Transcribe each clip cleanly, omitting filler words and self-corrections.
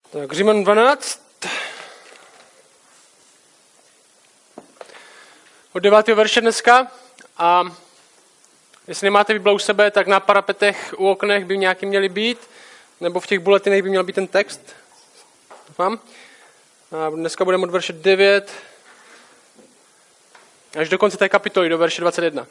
Tak Římanům 12. Od 9. verše dneska. A jestli nemáte Bibli u sebe, tak na parapetech u oknech by nějaký měly být, nebo v těch bulletinech by měl být ten text. Doufám. A dneska budeme od verše 9 až do konce té kapitoly, do verše 21.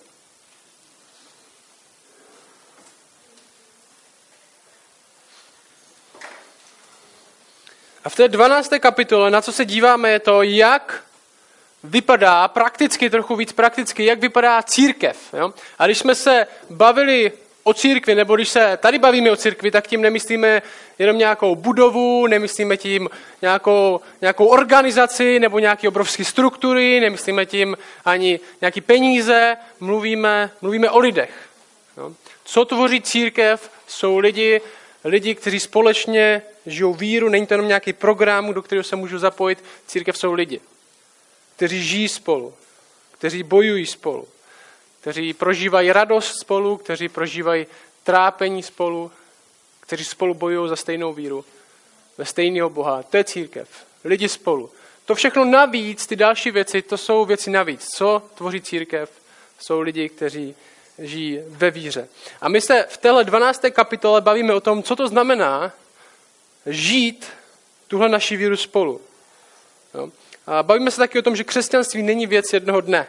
A v té 12. kapitole, na co se díváme, je to, jak vypadá prakticky, trochu víc prakticky, jak vypadá církev. Jo? A když jsme se bavili o církvi, nebo když se tady bavíme o církvi, tak tím nemyslíme jenom nějakou budovu, nemyslíme tím nějakou organizaci nebo nějaké obrovské struktury, nemyslíme tím ani nějaké peníze, mluvíme o lidech. Jo? Co tvoří církev, jsou lidi, kteří společně žijou víru, není to jenom nějaký program, do kterého se můžu zapojit, církev jsou lidi, kteří žijí spolu, kteří bojují spolu, kteří prožívají radost spolu, kteří prožívají trápení spolu, kteří spolu bojují za stejnou víru, za stejného Boha. To je církev. Lidi spolu. To všechno navíc, ty další věci, to jsou věci navíc. Co tvoří církev? Jsou lidi, kteří žijí ve víře. A my se v téhle 12. kapitole bavíme o tom, co to znamená žít tuhle naši víru spolu. Jo? A bavíme se taky o tom, že křesťanství není věc jednoho dne.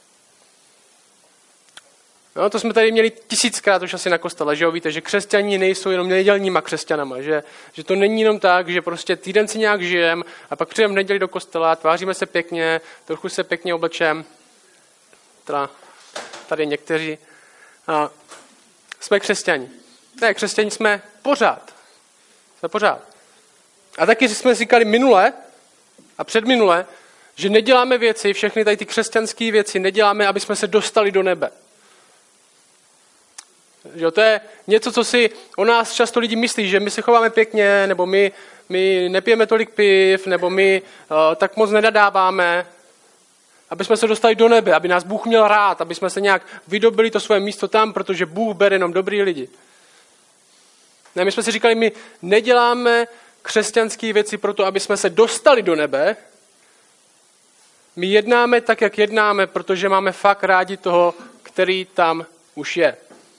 No, to jsme tady měli 1000krát už asi na kostele, že jo, víte, že křesťaní nejsou jenom nedělníma křesťanama, že to není jenom tak, že prostě týden si nějak žijem a pak přijdeme v neděli do kostela, tváříme se pěkně, trochu se pěkně oblečem, tady někteří, a jsme křesťani. Ne, křesťani jsme pořád. A taky jsme říkali minule a předminule, že neděláme věci, všechny tady ty křesťanské věci neděláme, aby jsme se dostali do nebe. Že to je něco, co si o nás často lidi myslí, že my se chováme pěkně, nebo my nepijeme tolik piv, nebo my tak moc nenadáváme, aby jsme se dostali do nebe, aby nás Bůh měl rád, aby jsme se nějak vydobili to svoje místo tam, protože Bůh bere jenom dobrý lidi. Ne, my jsme si říkali, my neděláme křesťanské věci proto, aby jsme se dostali do nebe. My jednáme tak, jak jednáme, protože máme fakt rádi toho, který tam už je.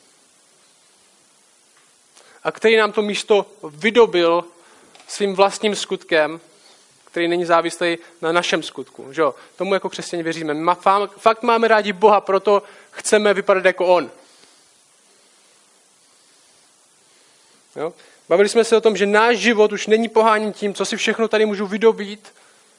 A který nám to místo vydobil svým vlastním skutkem, který není závislý na našem skutku. Že? Tomu jako křesťané věříme. My fakt máme rádi Boha, proto chceme vypadat jako On. Jo? Bavili jsme se o tom, že náš život už není poháněn tím, co si všechno tady můžu vydobít,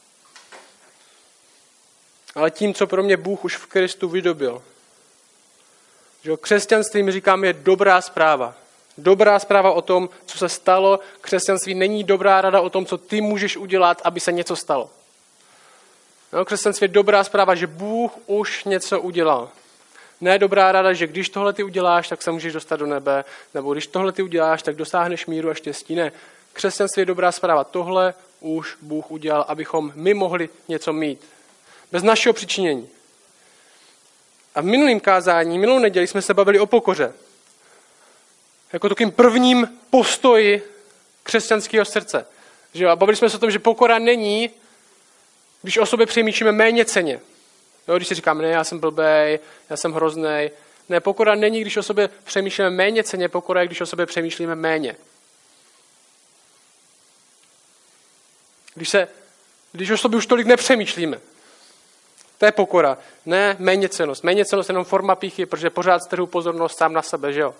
ale tím, co pro mě Bůh už v Kristu vydobil. Že křesťanství, my říkáme, je dobrá zpráva. Dobrá zpráva o tom, co se stalo. Křesťanství není dobrá rada o tom, co ty můžeš udělat, aby se něco stalo. No, křesťanství je dobrá zpráva, že Bůh už něco udělal. Ne dobrá rada, že když tohle ty uděláš, tak se můžeš dostat do nebe, nebo když tohle ty uděláš, tak dosáhneš míru a štěstí. Ne, křesťanství je dobrá zpráva. Tohle už Bůh udělal, abychom my mohli něco mít. Bez našeho přičinění. A v minulém kázání, minulou neděli jsme se bavili o pokoře. Jako takovým prvním postoji křesťanského srdce. Že? A bavili jsme se o tom, že pokora není, když o sobě přemýšlíme méněcenně. Jo, když si říkáme, ne, já jsem blbej, já jsem hroznej. Ne, pokora není, když o sobě přemýšlíme méněcenně, pokora je, když o sobě přemýšlíme méně. Když o sobě už tolik nepřemýšlíme. To je pokora. Ne méněcennost. Méněcennost je jenom forma pýchy, protože pořád strhu pozornost sám na sebe, že jo?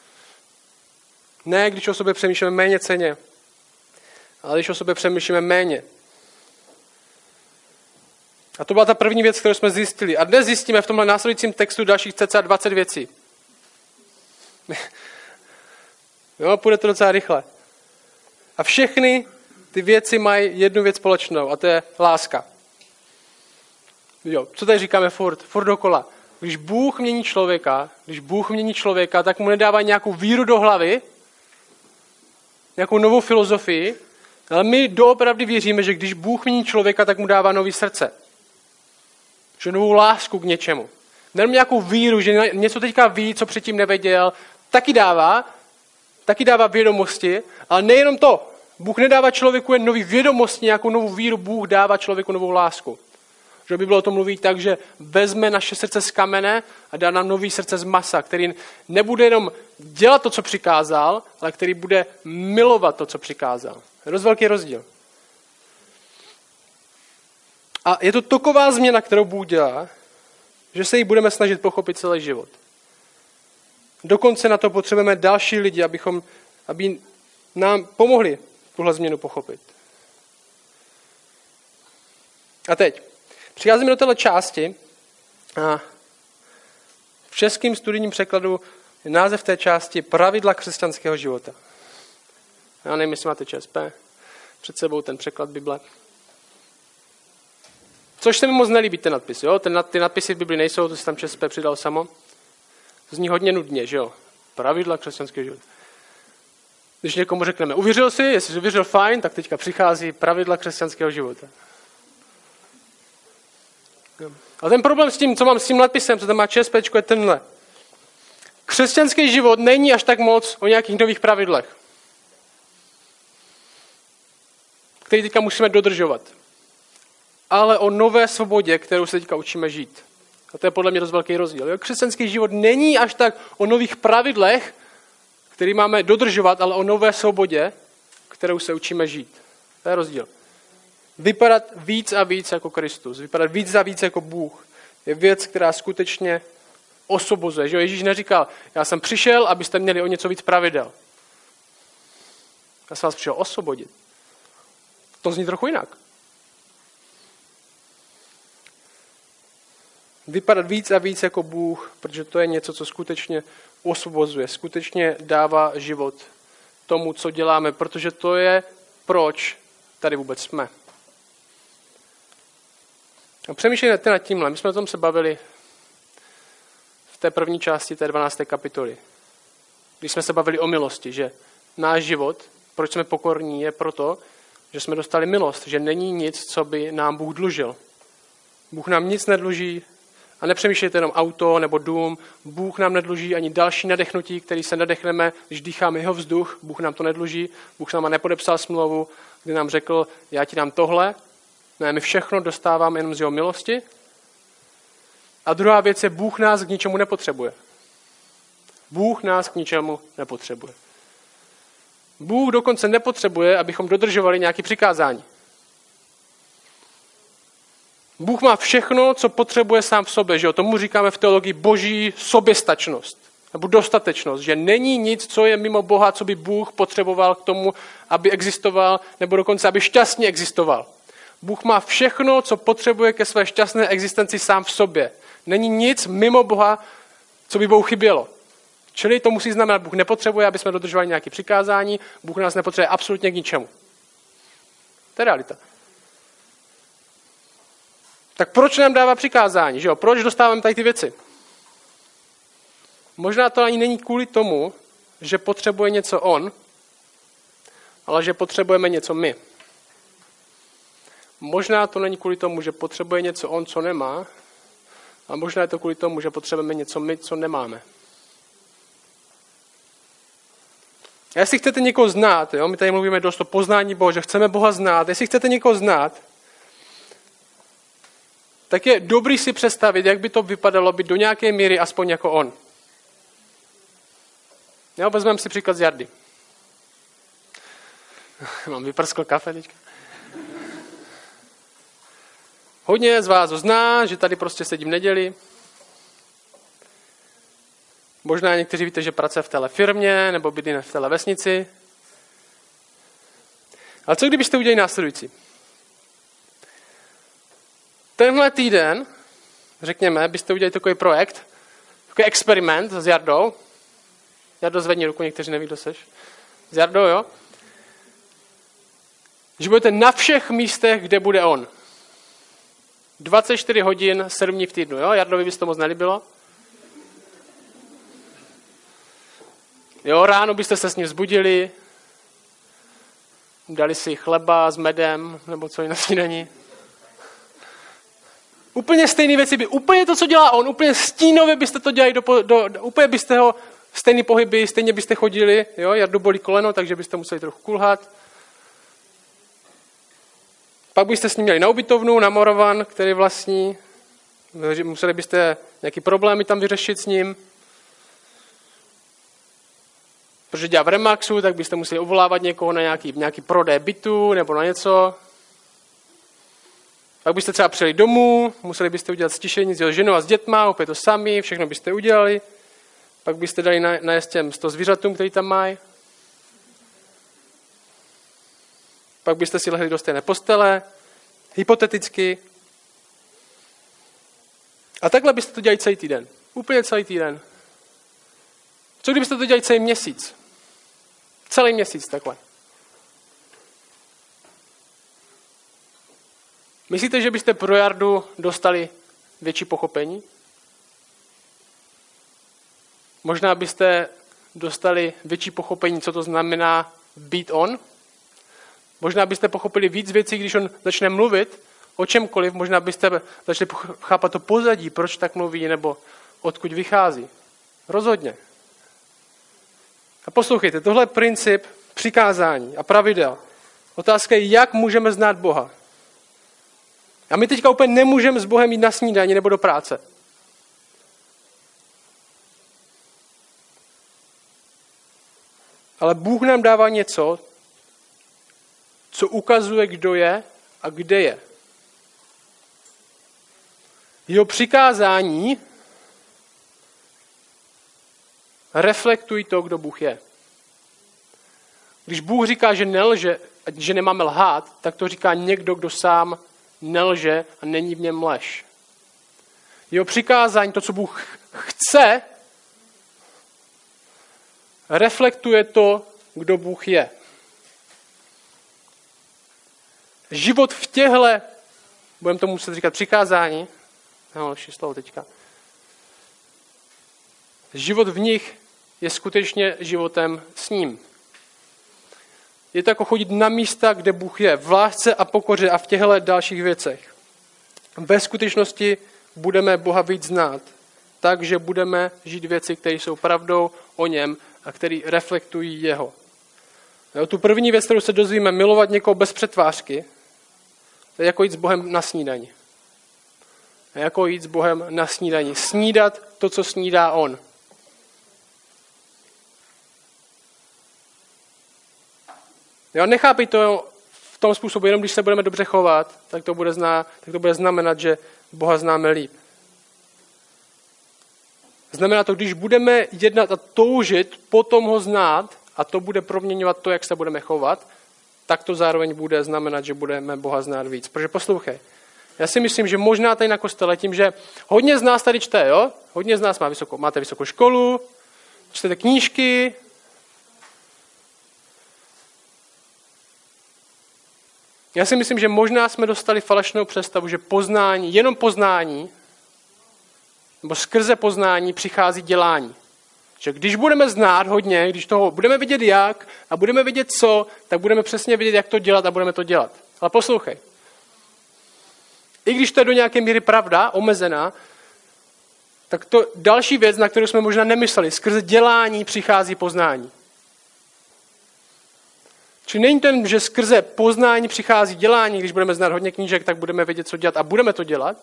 Ne, když o sobě přemýšlíme méněcenně, ale když o sobě přemýšlíme méně. A to byla ta první věc, kterou jsme zjistili. A dnes zjistíme v tomhle následujícím textu dalších cca 20 věcí. Jo, půjde to docela rychle. A všechny ty věci mají jednu věc společnou, a to je láska. Jo, co tady říkáme furt dokola. Když Bůh mění člověka, tak mu nedává nějakou víru do hlavy, nějakou novou filozofii, ale my doopravdy věříme, že když Bůh mění člověka, tak mu dává nový srdce. Že novou lásku k něčemu. Nejenom nějakou víru, že něco teďka ví, co předtím nevěděl, taky dává vědomosti, ale nejenom to. Bůh nedává člověku jen nový vědomosti, nějakou novou víru, Bůh dává člověku novou lásku. Že Bible o tom mluví tak, že vezme naše srdce z kamene a dá nám nový srdce z masa, který nebude jenom dělat to, co přikázal, ale který bude milovat to, co přikázal. Je dost velký rozdíl. A je to taková změna, kterou Bůh dělá, že se ji budeme snažit pochopit celý život. Dokonce na to potřebujeme další lidi, aby nám pomohli tuhle změnu pochopit. A teď přicházíme do této části a v českém studijním překladu je název té části Pravidla křesťanského života. Já nevím, jestli máte ČSP, před sebou ten překlad Bible. Což se mi moc nelíbí, ten nadpis. Jo? Ty nadpisy v Bibli nejsou, to si tam ČSP přidal samo. To zní hodně nudně, že jo? Pravidla křesťanského života. Když někomu řekneme, uvěřil jsi, jestli jsi uvěřil, fajn, tak teďka přichází pravidla křesťanského života. A ten problém s tím, co mám s tím nadpisem, co tam má ČSPčko, je tenhle. Křesťanský život není až tak moc o nějakých nových pravidlech, které teďka musíme dodržovat, ale o nové svobodě, kterou se teďka učíme žít. A to je podle mě dost velký rozdíl. Křesťanský život není až tak o nových pravidlech, který máme dodržovat, ale o nové svobodě, kterou se učíme žít. To je rozdíl. Vypadat víc a víc jako Kristus, vypadat víc a víc jako Bůh, je věc, která skutečně osvobozuje. Že Ježíš neříkal, já jsem přišel, abyste měli o něco víc pravidel. Já jsem vás přišel osvobodit. To zní trochu jinak. Vypadat víc a víc jako Bůh, protože to je něco, co skutečně osvobozuje, skutečně dává život tomu, co děláme, protože to je, proč tady vůbec jsme. A přemýšlejte nad tímhle. My jsme o tom se bavili v té první části té 12. kapitoly. Když jsme se bavili o milosti, že náš život, proč jsme pokorní, je proto, že jsme dostali milost, že není nic, co by nám Bůh dlužil. Bůh nám nic nedluží a nepřemýšlejte jenom auto nebo dům. Bůh nám nedluží ani další nadechnutí, který se nadechneme, když dýcháme jeho vzduch. Bůh nám to nedluží. Bůh s náma nepodepsal smlouvu, kdy nám řekl, já ti dám tohle. Ne, my všechno dostáváme jenom z jeho milosti. A druhá věc je, Bůh nás k ničemu nepotřebuje. Bůh nás k ničemu nepotřebuje. Bůh dokonce nepotřebuje, abychom dodržovali nějaké přikázání. Bůh má všechno, co potřebuje sám v sobě. Že jo? Tomu říkáme v teologii boží soběstačnost. Nebo dostatečnost. Že není nic, co je mimo Boha, co by Bůh potřeboval k tomu, aby existoval, nebo dokonce, aby šťastně existoval. Bůh má všechno, co potřebuje ke své šťastné existenci sám v sobě. Není nic mimo Boha, co by Bohu chybělo. Čili to musí znamenat, Bůh nepotřebuje, aby jsme dodržovali nějaké přikázání, Bůh nás nepotřebuje absolutně k ničemu. To je realita. Tak proč nám dává přikázání? Že jo? Proč dostáváme tady ty věci? Možná to ani není kvůli tomu, že potřebuje něco on, ale že potřebujeme něco my. Možná to není kvůli tomu, že potřebuje něco on, co nemá, a možná je to kvůli tomu, že potřebujeme něco my, co nemáme. A jestli chcete někoho znát, jo, my tady mluvíme dost o poznání Boha, že chceme Boha znát, jestli chcete někoho znát, tak je dobrý si představit, jak by to vypadalo být do nějaké míry aspoň jako on. Jo, vezmeme si příklad z Jardy. Mám vyprskl kafe teďka. Hodně z vás ho zná, že tady prostě sedím neděli. Možná někteří víte, že pracuje v téhle firmě, nebo bydlí v téhle vesnici. Ale co kdybyste udělali následující? Tenhle týden, řekněme, byste udělali takový projekt, takový experiment s Jardou. Jardo, zvedni ruku, někteří neví, kdo seš. S Jardou, jo? Že budete na všech místech, kde bude on. 24 hodin, 7 dní v týdnu, jo? Jardovi by se to moc nelíbilo. Jo, ráno byste se s ním vzbudili, dali si chleba s medem, nebo co na snídani. Úplně stejné věci by, úplně to, co dělá on, úplně stínově byste to dělali, úplně byste ho, stejný pohyby, stejně byste chodili, jo, Jardu bolí koleno, takže byste museli trochu kulhat. Pak byste s ním měli na ubytovnu, na Moravan, který vlastní. Museli byste nějaký problémy tam vyřešit s ním. Protože dělá v Remaxu, tak byste museli uvolávat někoho na nějaký prodej bytu nebo na něco. Pak byste třeba přijeli domů, museli byste udělat stišení s jeho ženou a s dětma, opět to sami, všechno byste udělali. Pak byste dali najést těm 100 zvířatům, který tam mají. Pak byste si lehli do stejné postele, hypoteticky. A takhle byste to dělali celý týden. Úplně celý týden. Co kdybyste to dělali celý měsíc? Celý měsíc takhle. Myslíte, že byste pro Jardu dostali větší pochopení? Možná byste dostali větší pochopení, co to znamená být on? Možná byste pochopili víc věcí, když on začne mluvit o čemkoliv. Možná byste začali chápat to pozadí, proč tak mluví, nebo odkud vychází. Rozhodně. A poslouchejte, tohle je princip přikázání a pravidel. Otázka je, jak můžeme znát Boha. A my teďka úplně nemůžeme s Bohem jít na snídani nebo do práce. Ale Bůh nám dává něco, co ukazuje, kdo je a kde je. Jeho přikázání reflektují to, kdo Bůh je. Když Bůh říká, že nelže, že nemáme lhát, tak to říká někdo, kdo sám nelže a není v něm lež. Jeho přikázání, to, co Bůh chce, reflektuje to, kdo Bůh je. Život v těhle, budeme tomu muset říkat přikázání, lepší slovo teďka. Život v nich je skutečně životem s ním. Je to jako chodit na místa, kde Bůh je, v lásce a pokoře a v těchto dalších věcech. Ve skutečnosti budeme Boha víc znát, takže budeme žít věci, které jsou pravdou o něm a které reflektují jeho. Tu první věc, kterou se dozvíme, milovat někoho bez přetvářky, to je jako jít s Bohem na snídani. Jako jít s Bohem na snídani. Snídat to, co snídá on. Jo, nechápej to v tom způsobu, jenom když se budeme dobře chovat, tak to bude znamenat, že Boha známe líp. Znamená to, když budeme jednat a toužit, potom ho znát, a to bude proměňovat to, jak se budeme chovat, tak to zároveň bude znamenat, že budeme Boha znát víc. Protože poslouchej, já si myslím, že možná tady na kostele tím, že hodně z nás tady čte, jo? Hodně z nás máte vysokou školu, čtete knížky. Já si myslím, že možná jsme dostali falešnou představu, že poznání, jenom poznání, nebo skrze poznání přichází dělání. Že když budeme znát hodně, když toho budeme vidět jak a budeme vidět co, tak budeme přesně vědět, jak to dělat a budeme to dělat. Ale poslouchej. I když to je do nějaké míry pravda, omezená, tak to další věc, na kterou jsme možná nemysleli, skrze dělání přichází poznání. Čili není ten, že skrze poznání přichází dělání, když budeme znát hodně knížek, tak budeme vědět, co dělat a budeme to dělat.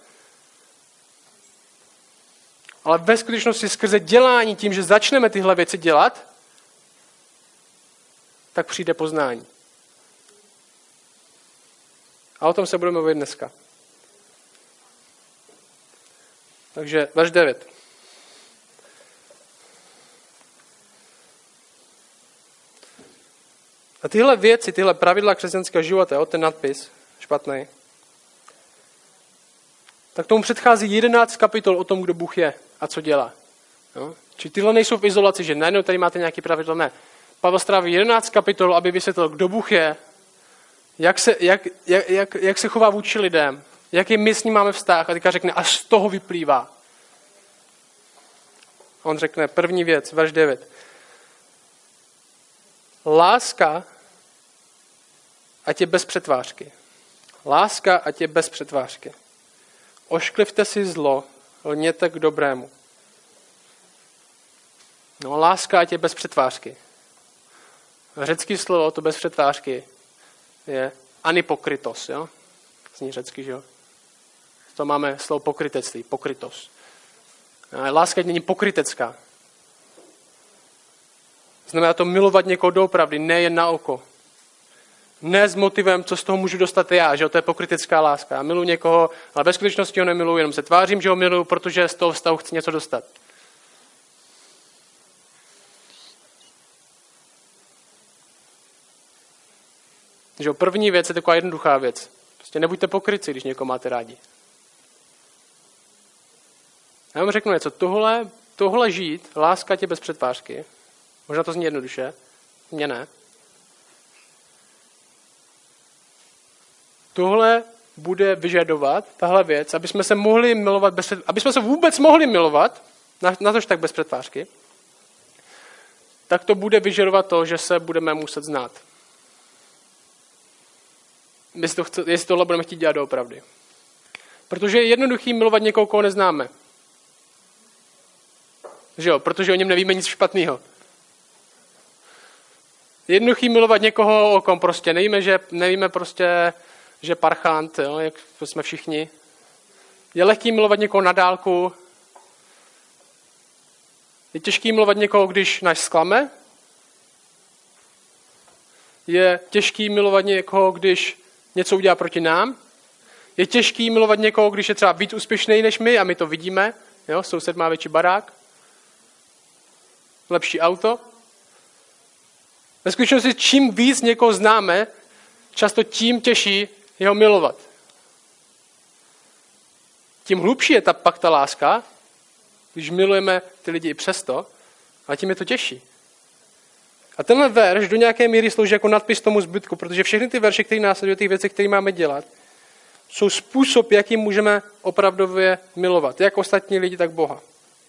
Ale ve skutečnosti skrze dělání, tím, že začneme tyhle věci dělat, tak přijde poznání. A o tom se budeme mluvit dneska. Takže verš 9. A tyhle věci, tyhle pravidla křesťanského života, ten nadpis, špatný, tak tomu předchází 11 kapitol o tom, kdo Bůh je a co dělá. No? Či tyhle nejsou v izolaci, že najednou tady máte nějaký pravidlo, ne. Pavel stráví 11 kapitol, aby vysvětlil, kdo Bůh je, jak se chová vůči lidem, jaký my s ním máme vztah, a teďka řekne, až z toho vyplývá. A on řekne, první věc, verš 9. Láska, ať je bez přetvářky. Láska, ať je bez přetvářky. Ošklivte si zlo, lněte k dobrému. No, láska, ať je bez přetvářky. Řecký slovo, to bez přetvářky, je anipokrytos. Jo? Zní řecky, že jo? To máme slovo pokrytectví, pokrytos. Láska není pokrytecká. Znamená to milovat někoho doopravdy, ne jen na oko. Ne s motivem, co z toho můžu dostat já, že jo? To je pokrytecká láska. Já miluji někoho, ale ve skutečnosti ho nemiluji, jenom se tvářím, že ho miluji, protože z toho vztahu chci něco dostat. Že jo? První věc je taková jednoduchá věc. Prostě nebuďte pokrytci, když někoho máte rádi. Já vám řeknu něco, tohle žít, láska tě bez přetvářky, možná to zní jednoduše, mně ne. Tohle bude vyžadovat, tahle věc, aby jsme se mohli milovat, aby jsme se vůbec mohli milovat, na tož tak bez přetvářky, tak to bude vyžadovat to, že se budeme muset znát. Jestli tohle budeme chtít dělat doopravdy. Protože je jednoduchý milovat někoho, koho neznáme. Že jo? Protože o něm nevíme nic špatného. Je jednoduchý milovat někoho, o kom prostě nevíme prostě, že parchant, jo? Jak jsme všichni. Je lehký milovat někoho na dálku. Je těžký milovat někoho, když nás zklame. Je těžký milovat někoho, když něco udělá proti nám. Je těžký milovat někoho, když je třeba víc úspěšný než my a my to vidíme. Jo? Soused má větší barák. Lepší auto. Ve skutečnosti, čím víc někoho známe, často tím těžší jeho milovat. Tím hlubší je pak ta láska, když milujeme ty lidi i přesto, ale tím je to těžší. A tenhle verš do nějaké míry slouží jako nadpis tomu zbytku, protože všechny ty verše, které následují, ty věci, které máme dělat, jsou způsob, jakým můžeme opravdově milovat. Jak ostatní lidi, tak Boha.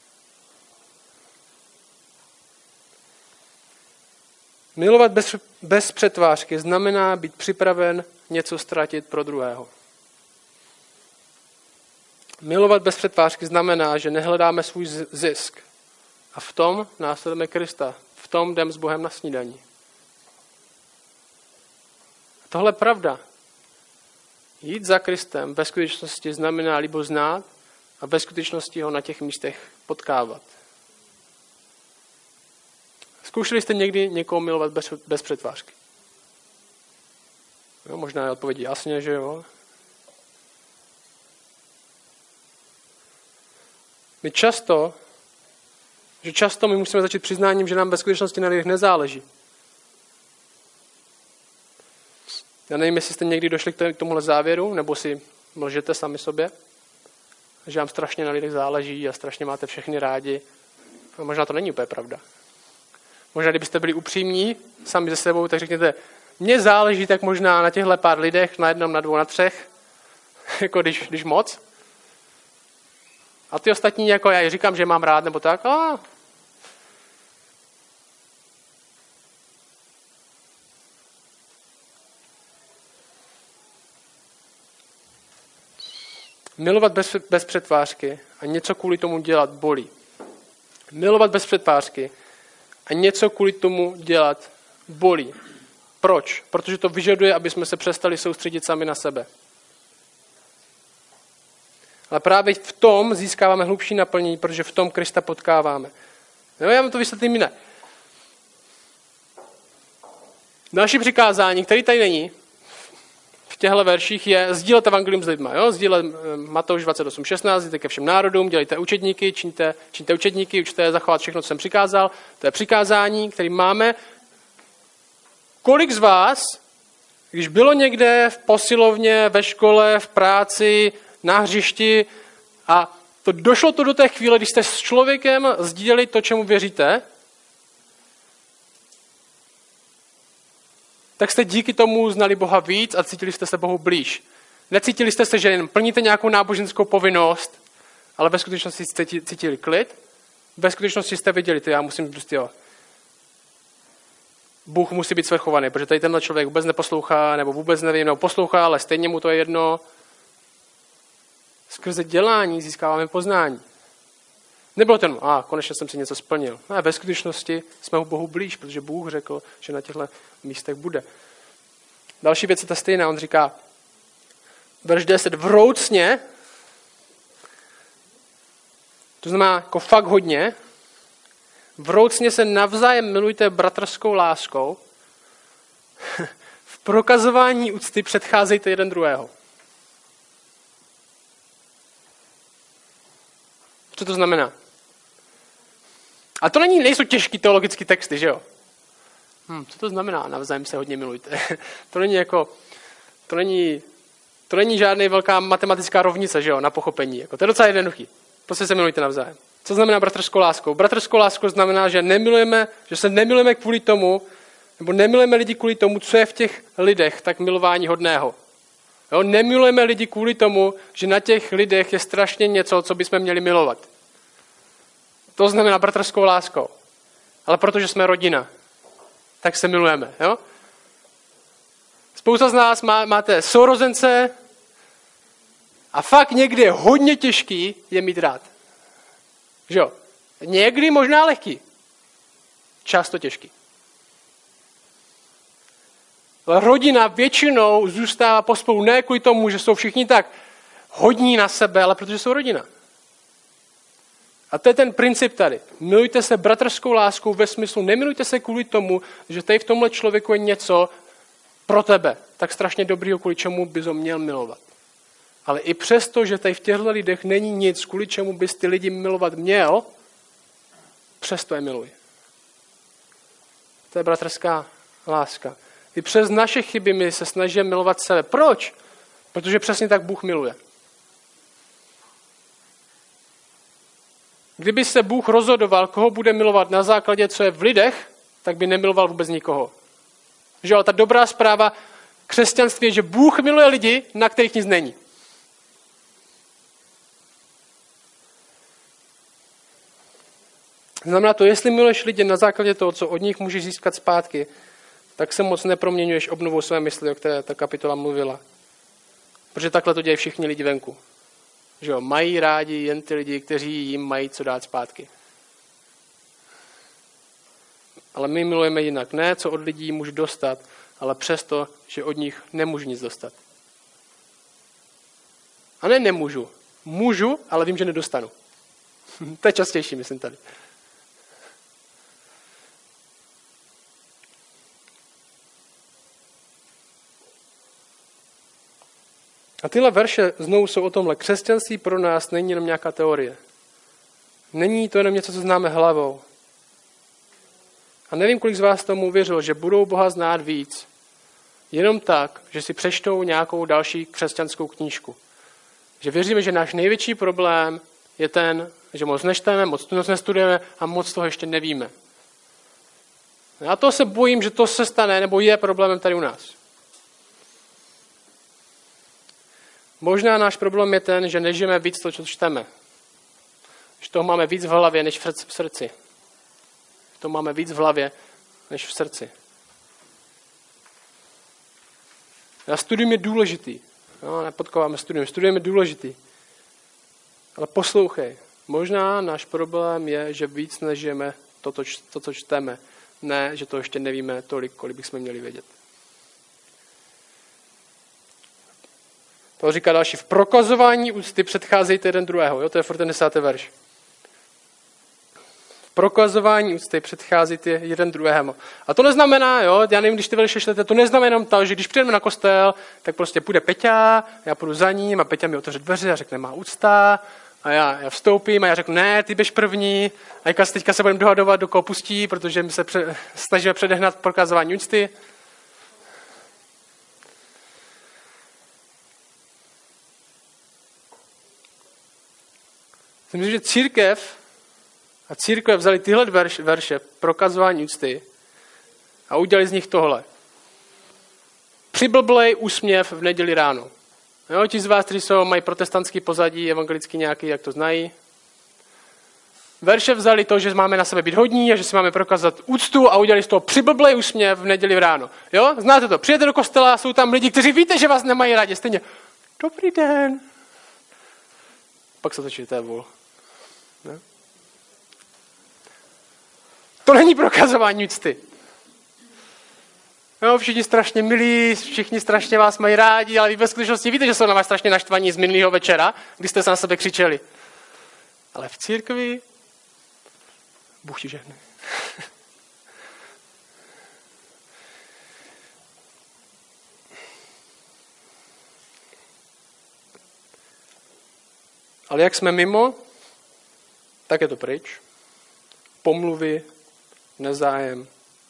Milovat bez přetvářky znamená být připraven něco ztratit pro druhého. Milovat bez přetvářky znamená, že nehledáme svůj zisk. A v tom následujeme Krista. V tom jdem s Bohem na snídaní. A tohle je pravda. Jít za Kristem ve skutečnosti znamená líbo znát a ve skutečnosti ho na těch místech potkávat. Zkoušeli jste někdy někoho milovat bez přetvářky? Jo, možná je odpověď jasně, že jo. Často my musíme začít přiznáním, že nám ve skutečnosti na lidech nezáleží. Já nevím, jestli jste někdy došli k tomuhle závěru, nebo si mlžete sami sobě, že vám strašně na lidech záleží a strašně máte všechny rádi. A možná to není úplně pravda. Možná, kdybyste byli upřímní sami ze sebou, tak řekněte, mně záleží tak možná na těchto pár lidech, na jednom, na dvou, na třech, jako když moc. A ty ostatní, jako já říkám, že mám rád, nebo tak, Milovat bez přetvářky a něco kvůli tomu dělat bolí. Milovat bez přetvářky a něco kvůli tomu dělat bolí. Proč? Protože to vyžaduje, aby jsme se přestali soustředit sami na sebe. Ale právě v tom získáváme hlubší naplnění, protože v tom Krista potkáváme. No, já vám to vysvětlím jinak. Další přikázání, který tady není, v těchto verších je sdílet evangelium s lidma. Jo? Sdílet Matouš 28:16, jděte ke všem národům, dělejte učedníky, čiňte učedníky, učte je zachovat všechno, co jsem přikázal. To je přikázání, které máme. Kolik z vás, když bylo někde v posilovně, ve škole, v práci, na hřišti a došlo to do té chvíle, když jste s člověkem sdíleli to, čemu věříte, tak jste díky tomu znali Boha víc a cítili jste se Bohu blíž. Necítili jste se, že jen plníte nějakou náboženskou povinnost, ale ve skutečnosti jste cítili klid. Ve skutečnosti jste viděli, já musím prostě, Bůh musí být svrchovaný, protože tady tenhle člověk vůbec neposlouchá, nebo vůbec nevím, nebo poslouchá, ale stejně mu to je jedno. Skrze dělání získáváme poznání. Nebylo ten, konečně jsem si něco splnil. Ne, ve skutečnosti jsme Bohu blíž, protože Bůh řekl, že na těchto místech bude. Další věc je ta stejná. On říká, verš 10, vroucně, to znamená jako fakt hodně, vroucně se navzájem milujte bratrskou láskou, v prokazování úcty předcházejte jeden druhého. Co to znamená? A to nejsou těžký teologický texty, že jo? Co to znamená? Navzájem se hodně milujte. To není žádná velká matematická rovnice, že jo, na pochopení. Jako, to je docela jednoduchý. Prostě se milujte navzájem. Co znamená bratrskou láskou? Bratrskou láskou znamená, že se nemilujeme kvůli tomu, nebo nemilujeme lidi kvůli tomu, co je v těch lidech tak milování hodného. Jo? Nemilujeme lidi kvůli tomu, že na těch lidech je strašně něco, co bychom měli milovat. To znamená bratrskou láskou. Ale protože jsme rodina, tak se milujeme. Jo? Spousta z nás máte sourozence a fakt někdy je hodně těžký je mít rád. Že jo? Někdy možná lehký. Často těžký. Ale rodina většinou zůstává pospolu ne kvůli tomu, že jsou všichni tak hodní na sebe, ale protože jsou rodina. A to je ten princip tady. Milujte se bratrskou láskou ve smyslu, nemilujte se kvůli tomu, že tady v tomhle člověku je něco pro tebe, tak strašně dobrýho, kvůli čemu bys ho měl milovat. Ale i přesto, že tady v těchto lidech není nic, kvůli čemu bys ty lidi milovat měl, přesto je miluj. To je bratrská láska. I přes naše chyby my se snažíme milovat sebe. Proč? Protože přesně tak Bůh miluje. Kdyby se Bůh rozhodoval, koho bude milovat na základě, co je v lidech, tak by nemiloval vůbec nikoho. Že ale ta dobrá zpráva křesťanství je, že Bůh miluje lidi, na kterých nic není. Znamená to, jestli miluješ lidi na základě toho, co od nich můžeš získat zpátky, tak se moc neproměňuješ obnovou své mysli, o které ta kapitola mluvila. Protože takhle to dělají všichni lidi venku. Že jo, mají rádi jen ty lidi, kteří jim mají co dát zpátky. Ale my milujeme jinak. Ne, co od lidí můžu dostat, ale přesto, že od nich nemůžu nic dostat. A ne nemůžu. Můžu, ale vím, že nedostanu. To je častější, myslím tady. A tyhle verše znovu jsou o tomhle. Křesťanství pro nás není jenom nějaká teorie. Není to jenom něco, co známe hlavou. A nevím, kolik z vás tomu uvěřilo, že budou Boha znát víc. Jenom tak, že si přečtou nějakou další křesťanskou knížku. Že věříme, že náš největší problém je ten, že moc nečteme, moc nestudujeme a moc toho ještě nevíme. Já to se bojím, že to se stane, nebo je problémem tady u nás. Možná náš problém je ten, že nežijeme víc to, co čteme. Že toho máme víc v hlavě, než v srdci. Že toho máme víc v hlavě, než v srdci. A studium je důležitý. No, nepodkováme studium. Studium je důležitý. Ale poslouchej. Možná náš problém je, že víc nežijeme to, co čteme. Ne, že to ještě nevíme tolik, kolik bychom měli vědět. To říká další. V prokazování úcty předcházejte jeden druhého. Jo, to je furt ten 10. verš. V prokazování úcty předcházejte jeden druhému. A to neznamená, jo, já nevím, když ty verše čtete, to neznamená jenom to, že když přijdeme na kostel, tak prostě půjde Peťa, já půjdu za ním a Peťa mi otevře dveře a řekne, má úcta. A já vstoupím a já řeknu, ne, ty běž první. A teďka se budeme dohadovat, do koho pustí, protože my se snažíme předehnat prokazování úcty. Myslím, že církve vzali tyhle verše, prokazování úcty, a udělali z nich tohle. Přiblblej úsměv v neděli ráno. Jo, ti z vás, kteří mají protestantský pozadí, evangelický nějaký, jak to znají. Verše vzali to, že máme na sebe být hodní a že si máme prokázat úctu a udělali z toho přiblblej úsměv v neděli ráno. Jo, znáte to. Přijete do kostela, jsou tam lidi, kteří víte, že vás nemají rádi. Stejně, dobrý den. Pak se točí, to je vůl. Ne? To není prokazování úcty. Jo, všichni strašně milí, všichni strašně vás mají rádi, ale vy ve skutečnosti víte, že jsou na vás strašně naštvaní z minulého večera, kdy jste se na sebe křičeli. Ale v církvi Bůh ti žehne. Ale jak jsme mimo, tak je to pryč. Pomluvy, nezájem.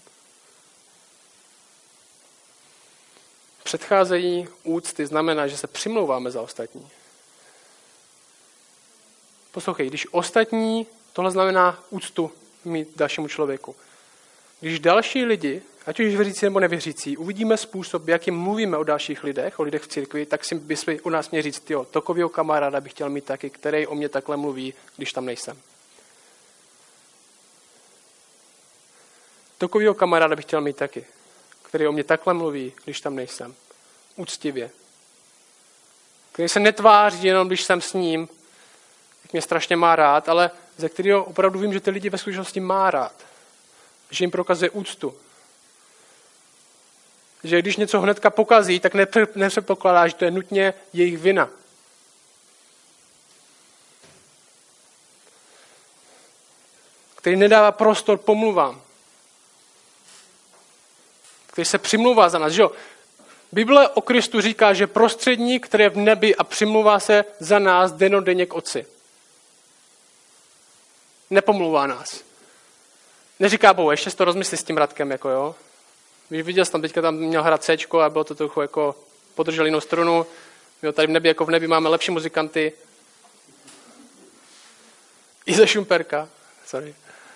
Předcházejí úcty znamená, že se přimlouváme za ostatní. Poslouchej, když ostatní, tohle znamená úctu mít dalšímu člověku. Když další lidi, ať už věřící nebo nevěřící, uvidíme způsob, jakým mluvíme o dalších lidech, o lidech v církvi, tak si bychom u nás měli říct, jo, takovýho kamaráda bych chtěl mít taky, který o mě takhle mluví, když tam nejsem. Takovýho kamaráda bych chtěl mít taky, který o mě takhle mluví, když tam nejsem. Úctivě. Který se netváří jenom, když jsem s ním, jak mě strašně má rád, ale ze kterého opravdu vím, že ty lidi ve skutečnosti má rád. Že jim prokazuje úctu. Že když něco hnedka pokazí, tak nepředpokládá, že to je nutně jejich vina. Který nedává prostor pomluvám. Který se přimlouvá za nás. Že jo? Bible o Kristu říká, že prostředník, který je v nebi a přimlouvá se za nás dennodenně k Otci. Nepomlouvá nás. Neříká Bohu, ještě si to rozmysli s tím Radkem, jako jo. Víš, viděl jsem tam, teďka tam měl hrát Cčko a bylo to trochu jako podržel jinou strunu. Jo, tady v nebi, jako v nebi máme lepší muzikanty. I ze Šumperka. Sorry.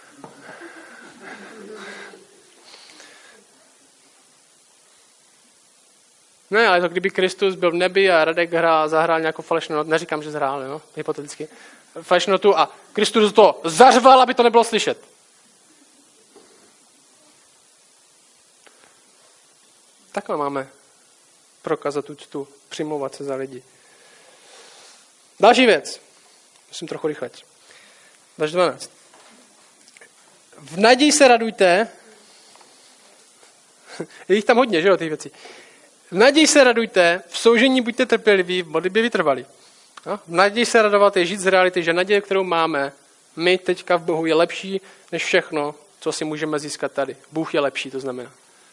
Ne, ale to kdyby Kristus byl v nebi a Radek zahrál nějakou falešnou notu, neříkám, že zhrál, jo, hypoteticky, falešnou notu a Kristus to zařval, aby to nebylo slyšet. Takhle máme prokazat úctu, přimlouvat se za lidi. Další věc. Musím trochu rychleji. Verš 12. V naději se radujte. Je jich tam hodně, že jo, těch věcí. V naději se radujte, v soužení buďte trpěliví, v modlitbě vytrvalí. No? V naději se radovat je žít z reality, že naděje, kterou máme, my teďka v Bohu je lepší než všechno, co si můžeme získat tady. Bůh je lepší, to znamená.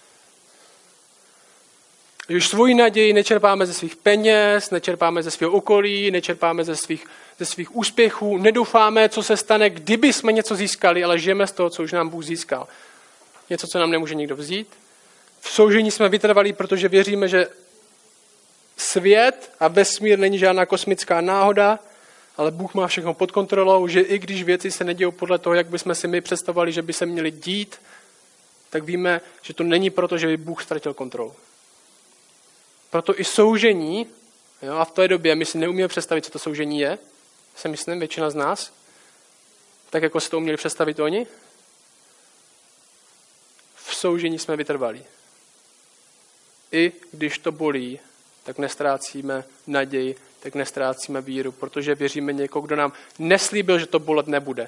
Už svoji naději nečerpáme ze svých peněz, nečerpáme ze svého okolí, nečerpáme ze svých úspěchů, nedoufáme, co se stane, kdyby jsme něco získali, ale žijeme z toho, co už nám Bůh získal. Něco, co nám nemůže nikdo vzít. V soužení jsme vytrvalí, protože věříme, že svět a vesmír není žádná kosmická náhoda, ale Bůh má všechno pod kontrolou, že i když věci se nedějou podle toho, jak bychom si my představovali, že by se měly dít, tak víme, že to není proto, že by Bůh ztratil kontrolu. Proto i soužení, jo, a v té době my si neumíme představit, co to soužení je, si myslím, většina z nás, tak jako si to uměli představit oni, v soužení jsme vytrvalí. I když to bolí, tak nestrácíme naději, tak nestrácíme víru, protože věříme někoho, kdo nám neslíbil, že to bolet nebude.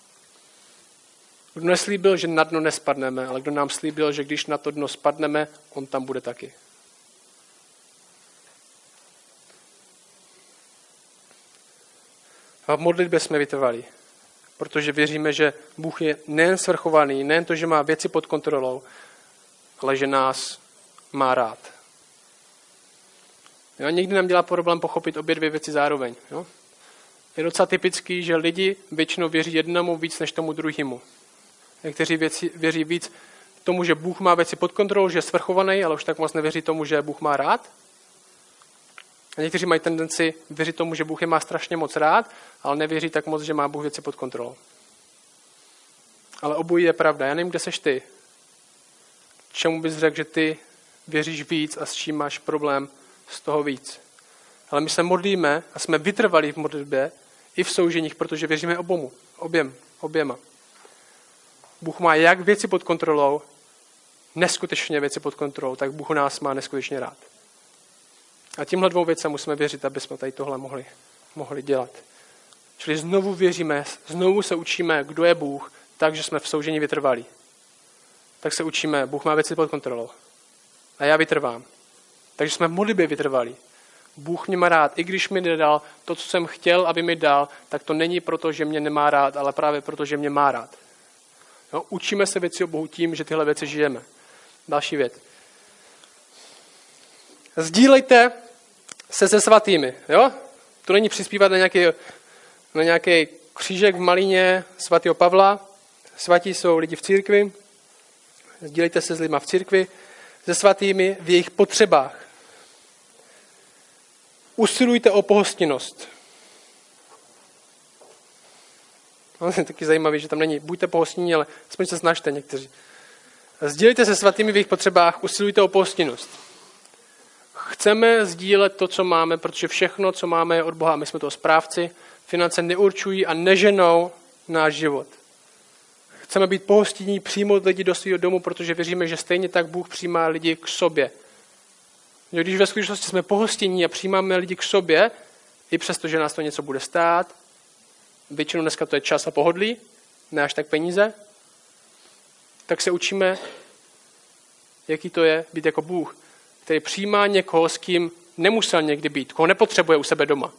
Kdo neslíbil, že na dno nespadneme, ale kdo nám slíbil, že když na to dno spadneme, on tam bude taky. A v modlitbě jsme vytrvalí, protože věříme, že Bůh je nejen svrchovaný, nejen to, že má věci pod kontrolou, ale že nás má rád. Jo, někdy nám dělá problém pochopit obě dvě věci zároveň. Jo? Je docela typický, že lidi většinou věří jednomu víc než tomu druhému. Někteří věří víc tomu, že Bůh má věci pod kontrolou, že je svrchovaný, ale už tak moc nevěří tomu, že Bůh má rád. A někteří mají tendenci věřit tomu, že Bůh je má strašně moc rád, ale nevěří tak moc, že má Bůh věci pod kontrolou. Ale obojí je pravda. Já nevím, kde seš ty. Čemu bys řekl, že ty věříš víc a s čím máš problém z toho víc. Ale my se modlíme a jsme vytrvalí v modlitbě i v souženích, protože věříme oběma. Bůh má jak věci pod kontrolou, neskutečně věci pod kontrolou, tak Bůh nás má neskutečně rád. A tímhle dvou věcem musíme věřit, aby jsme tady tohle mohli dělat. Čili znovu věříme, znovu se učíme, kdo je Bůh, takže jsme v soužení vytrvalí. Tak se učíme, Bůh má věci pod kontrolou. a já vytrvám. Takže jsme v modlitbě vytrvali. Bůh mě má rád. I když mi nedal to, co jsem chtěl, aby mi dal, tak to není proto, že mě nemá rád, ale právě proto, že mě má rád. Jo? Učíme se věci o Bohu tím, že tyhle věci žijeme. Další věc. Sdílejte se svatými. Jo? To není přispívat na nějaký křížek v Malíně svatého Pavla. Svatí jsou lidi v církvi. Sdílejte se s lidma v církvi, se svatými v jejich potřebách. Usilujte o pohostinnost. No, je taky zajímavý, že tam není buďte pohostinní, ale aspoň se snažte někteří. Sdílejte se svatými v jejich potřebách, usilujte o pohostinnost. Chceme sdílet to, co máme, protože všechno, co máme, je od Boha. My jsme toho správci. Finance neurčují a neženou náš život. Chceme být pohostinní, přijmout lidi do svého domu, protože věříme, že stejně tak Bůh přijímá lidi k sobě. Když ve skutečnosti jsme pohostinní a přijímáme lidi k sobě, i přesto, že nás to něco bude stát, většinou dneska to je čas a pohodlí, ne až tak peníze, tak se učíme, jaký to je být jako Bůh, který přijímá někoho, s kým nemusel někdy být, koho nepotřebuje u sebe doma.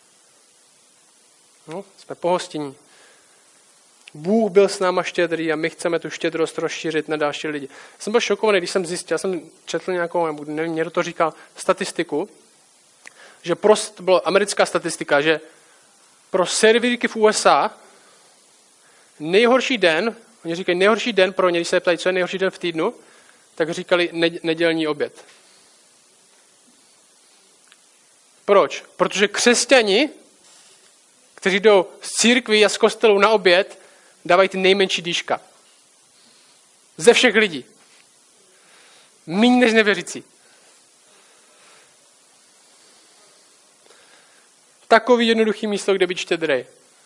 No, jsme pohostinní. Bůh byl s náma štědrý a my chceme tu štědrost rozšířit na další lidi. Jsem byl šokovaný, když jsem zjistil, já jsem četl nějakou, nebo nevím, někdo to říkal, statistiku, že to byla americká statistika, že pro servírky v USA nejhorší den, oni říkají nejhorší den pro ně, když se ptají, co je nejhorší den v týdnu, tak říkali nedělní oběd. Proč? Protože křesťani, kteří jdou z církví a z kostelů na oběd, dávají ty nejmenší dýška. Ze všech lidí. Míň než nevěřící. Takový jednoduchý místo, kde být štědrej.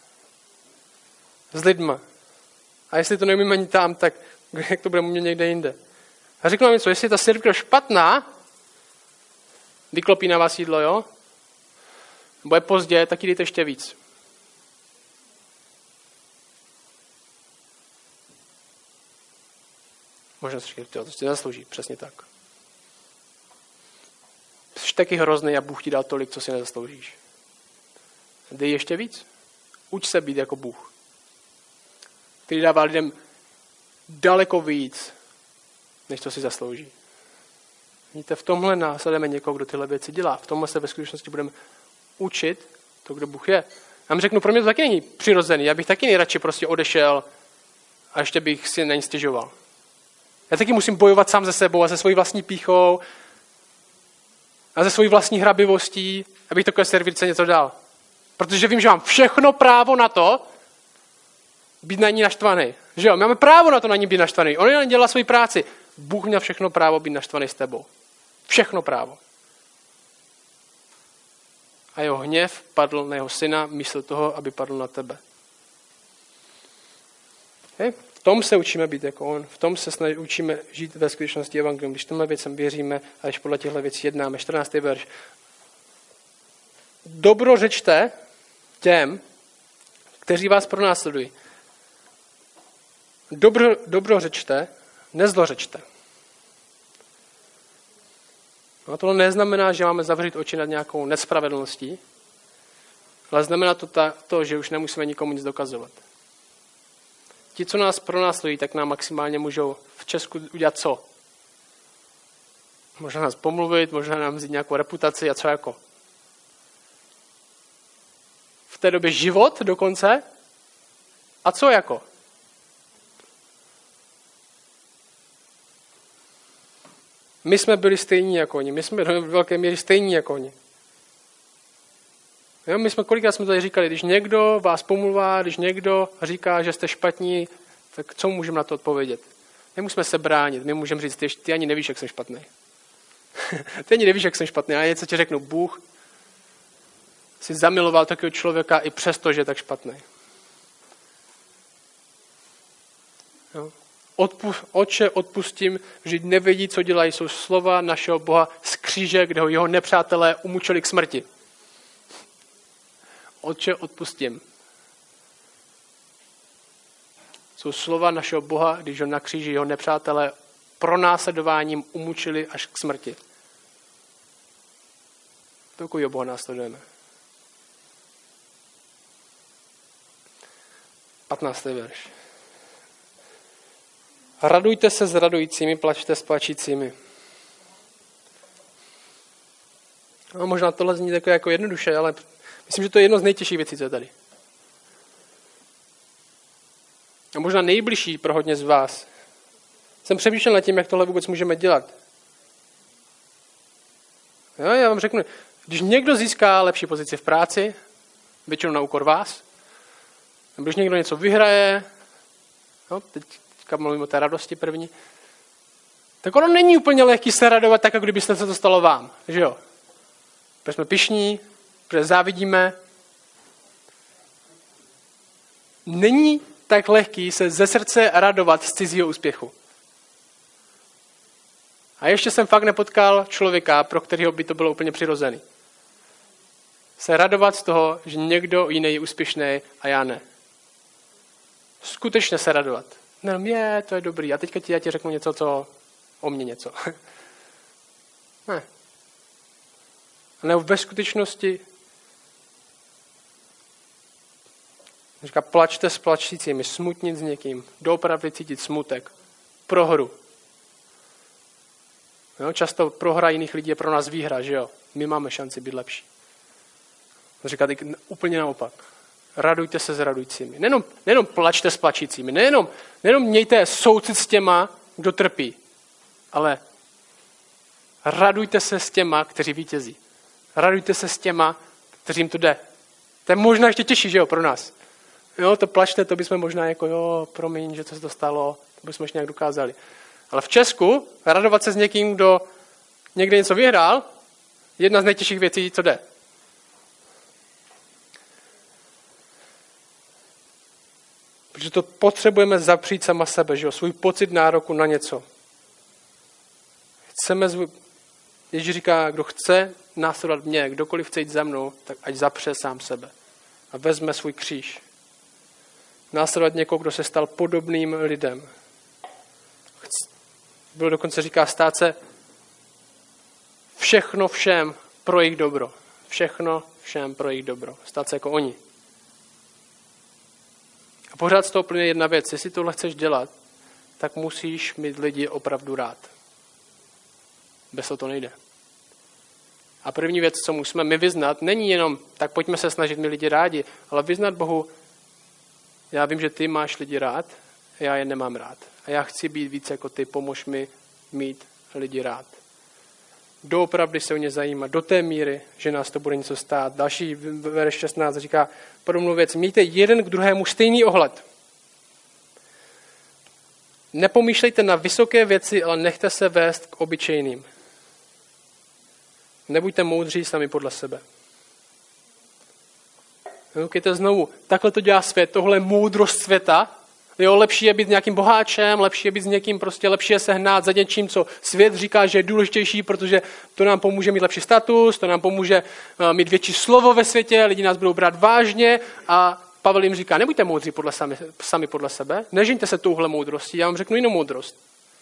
S lidma. A jestli to neumím ani tam, tak jak to bude umět někde jinde. A řeknu vám něco, jestli je ta církev špatná, vyklopí na vás jídlo, jo? Nebo je pozdě, tak jí dejte ještě víc. Možná si říct, to si nezaslouží, přesně tak. Jsi taky hrozný a Bůh ti dal tolik, co si nezasloužíš. Dej ještě víc. Uč se být jako Bůh, který dává lidem daleko víc, než to si zaslouží. Vidíte, v tomhle následujeme někoho, kdo tyhle věci dělá. V tomhle se ve skutečnosti budeme učit to, kdo Bůh je. Já vám řeknu, pro mě to taky není přirozený. Já bych taky nejradši prostě odešel a ještě bych si na ní stěžoval. Já taky musím bojovat sám se sebou a se svojí vlastní pýchou a se svojí vlastní hrabivostí, abych takové servírce něco dal. Protože vím, že mám všechno právo na to být na ní naštvaný. Že jo, máme právo na to na ní být naštvaný. On jen dělá svoji práci. Bůh měl všechno právo být naštvaný s tebou. Všechno právo. A jeho hněv padl na jeho syna místo toho, aby padl na tebe. V tom se učíme být jako on. V tom se učíme žít ve skutečnosti evangelium. Když tomhle věcem věříme a když podle těchto věcí jednáme. 14. verš. Dobro řečte těm, kteří vás pronásledují. Dobro řečte, nezlořečte. No to neznamená, že máme zavřít oči nad nějakou nespravedlností, ale znamená to, že už nemusíme nikomu nic dokazovat. Ti, co nás pronásledují, tak nám maximálně můžou v Česku udělat co? Možná nás pomluvit, možná nám vzít nějakou reputaci a co jako? V té době život dokonce? A co jako? My jsme byli stejní jako oni. My jsme do velké míry stejní jako oni. Jo, kolikrát jsme tady říkali, když někdo vás pomluvá, když někdo říká, že jste špatní, tak co můžeme na to odpovědět? Nemusíme se bránit, my můžeme říct, ty ani nevíš, jak jsem špatný. Ty ani nevíš, jak jsem špatný. A já něco ti řeknu, Bůh si zamiloval takového člověka i přesto, že je tak špatný. Jo. Otče, odpustím, že nevědí, co dělají, jsou slova našeho Boha z kříže, kde ho jeho nepřátelé umučili k smrti. Otče, odpustím. Jsou slova našeho Boha, když ho na kříži jeho nepřátelé pronásledováním umučili až k smrti. Takovýho Boha následujeme. 15. verš. Radujte se s radujícími, plačte s plačícími. No, možná tohle zní takové jako jednoduše, ale myslím, že to je jedno z nejtěžších věcí, co je tady. A možná nejbližší pro hodně z vás. Jsem přemýšlel nad tím, jak tohle vůbec můžeme dělat. Jo, já vám řeknu, když někdo získá lepší pozici v práci, většinou na úkor vás, nebo když někdo něco vyhraje, no, teďka mluvím o té radosti první, tak ono není úplně lehký se radovat tak, jako kdybyste se to stalo vám. Že jo? Protože jsme pyšní, protože závidíme. Není tak lehký se ze srdce radovat z cizího úspěchu. A ještě jsem fakt nepotkal člověka, pro kterého by to bylo úplně přirozený. Se radovat z toho, že někdo jiný je úspěšný a já ne. Skutečně se radovat. Ne, to je dobrý. A teďka já ti řeknu něco, co o mně něco. Ne. A ve skutečnosti říká, plačte s plačícími, smutnit s někým, doopravdy cítit smutek, prohru. Jo, často prohra jiných lidí je pro nás výhra, že jo? My máme šanci být lepší. Říká teď úplně naopak. Radujte se s radujícími. Nejenom plačte s plačícími, nejenom mějte soucit s těma, kdo trpí, ale radujte se s těma, kteří vítězí. Radujte se s těma, kterým to jde. To je možná ještě těžší, že jo, pro nás. Jo, to plačte, to bychom možná jako, jo, promiň, že co se to stalo, to bychom ještě nějak dokázali. Ale v Česku radovat se s někým, kdo někde něco vyhrál, je jedna z nejtěžších věcí, co jde. Protože to potřebujeme zapřít sama sebe, že jo? Svůj pocit nároku na něco. Ježíš říká, kdo chce následovat mě, kdokoliv chce jít za mnou, tak ať zapře sám sebe. A vezme svůj kříž. Následovat někoho, kdo se stal podobným lidem. Bylo dokonce říká stát se všechno všem pro jejich dobro. Všechno všem pro jejich dobro. Stát se jako oni. A pořád z toho plyne jedna věc. Jestli tohle chceš dělat, tak musíš mít lidi opravdu rád. Bez toho to nejde. A první věc, co musíme my vyznat, není jenom, tak pojďme se snažit mít lidi rádi, ale vyznat Bohu, já vím, že ty máš lidi rád, já je nemám rád. A já chci být víc jako ty, pomož mi mít lidi rád. Doopravdy se o ně zajímat, do té míry, že nás to bude něco stát. Další verš 16 říká podobnou věc. Mějte jeden k druhému stejný ohled. Nepomýšlejte na vysoké věci, ale nechte se vést k obyčejným. Nebuďte moudří sami podle sebe. Koukejte znovu, takhle to dělá svět, tohle je moudrost světa. Jo, lepší je být nějakým boháčem, lepší je být s někým, prostě lepší je se hnát za něčím, co svět říká, že je důležitější, protože to nám pomůže mít lepší status, to nám pomůže mít větší slovo ve světě, lidi nás budou brát vážně a Pavel jim říká, nebuďte moudří sami podle sebe, nežiňte se touhle moudrostí, já vám řeknu jinou moudrost.